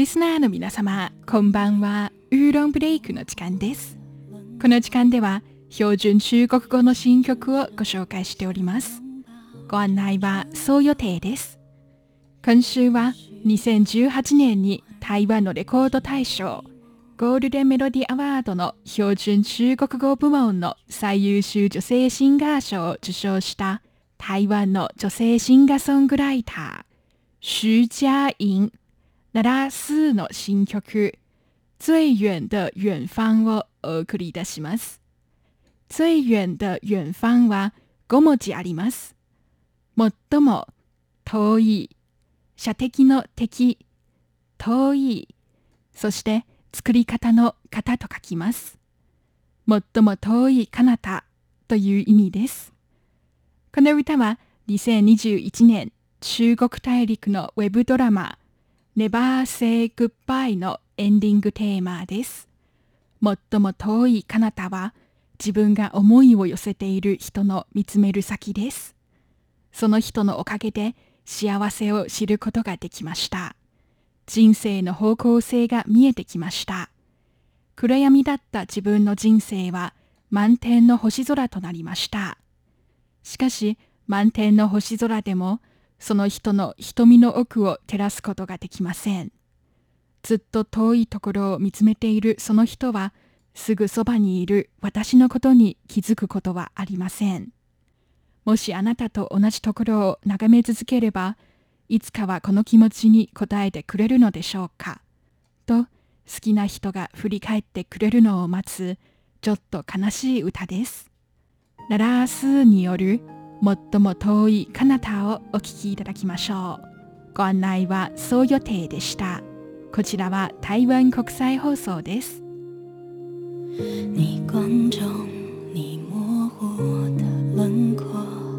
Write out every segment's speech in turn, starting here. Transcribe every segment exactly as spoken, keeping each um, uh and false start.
スナーの皆様、こんばんは。ウーロンブレイクの時間です。この時間では標準中国語の新曲をご紹介しております。ご案内はそう予定です。今週はにせんじゅうはちねんに台湾のレコード大賞ゴールデンメロディアワードの標準中国語部門の最優秀女性シンガー賞を受賞した台湾の女性シンガーソングライター徐佳莹奈良スーの新曲最遠的遠方をお送りいたします。最遠的遠方はご文字あります。最も遠い、射的の敵、遠い、そして作り方の型と書きます。最も遠い彼方という意味です。この歌はにせんにじゅういちねん中国大陸のウェブドラマ Never Say Goodbye のエンディングテーマです。最も遠い彼方は自分が思いを寄せている人の見つめる先です。その人のおかげで幸せを知ることができました。人生の方向性が見えてきました。暗闇だった自分の人生は満天の星空となりました。しかし満天の星空でもその人の瞳の奥を照らすことができません。ずっと遠いところを見つめているその人はすぐそばにいる私のことに気づくことはありません。もしあなたと同じところを眺め続ければ、いつかはこの気持ちに応えてくれるのでしょうか。と、好きな人が振り返ってくれるのを待つ、ちょっと悲しい歌です。ララースーによる最も遠い彼方をお聴きいただきましょう。ご案内はそう予定でした。こちらは台湾国際放送です。 你观众，你模糊我的轮廓，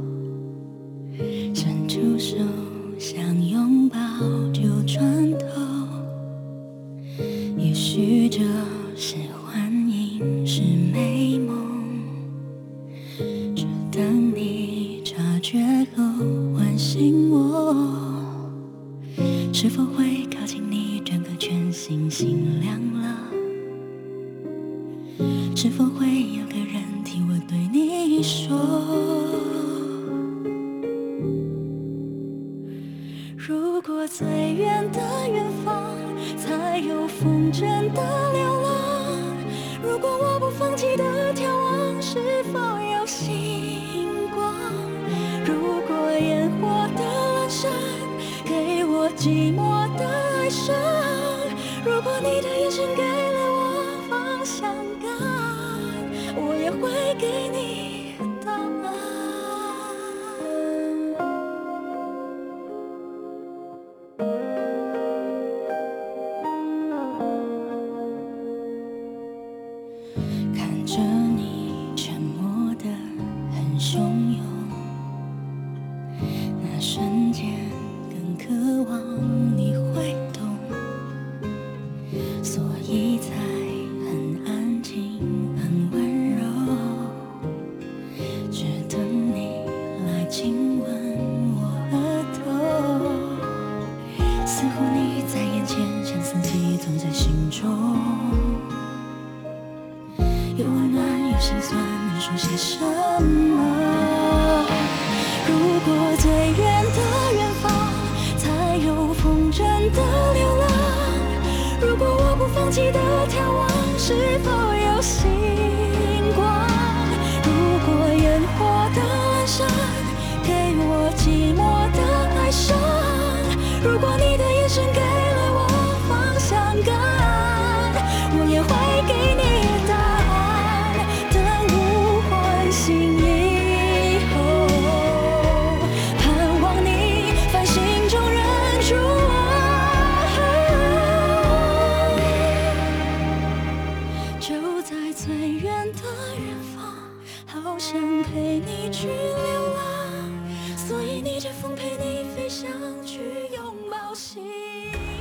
伸出手想拥抱就穿透，也许这是幻影，是美梦，只等你察觉后唤醒我，是否会靠近你，整个全心心凉了？是否会有个人替我对你说，如果最远的远方才有风筝的流浪，如果我不放弃的眺望是否有星光，如果烟火的阑珊给我寂寞的哀伤，如果你的眼神给了我方向感，我也会给你答案。看着你沉默得很汹涌，那瞬间更渴望你会懂，所以才很安静很温柔，只等你来亲吻我额头，似乎你在眼前，像四季总在心中，有温暖有心酸，能说些什么？如果最远的远方才有风筝的流浪，如果我不放弃的眺望是否有星光，如果烟火的阑珊给我寂寞的哀伤，如果你的眼神给了我方向感，我也会给你答案。等雾唤醒以后，盼望你繁星中认出我，就在最远的远方，好想陪你去流浪，所以逆着风陪你飞翔，去拥抱星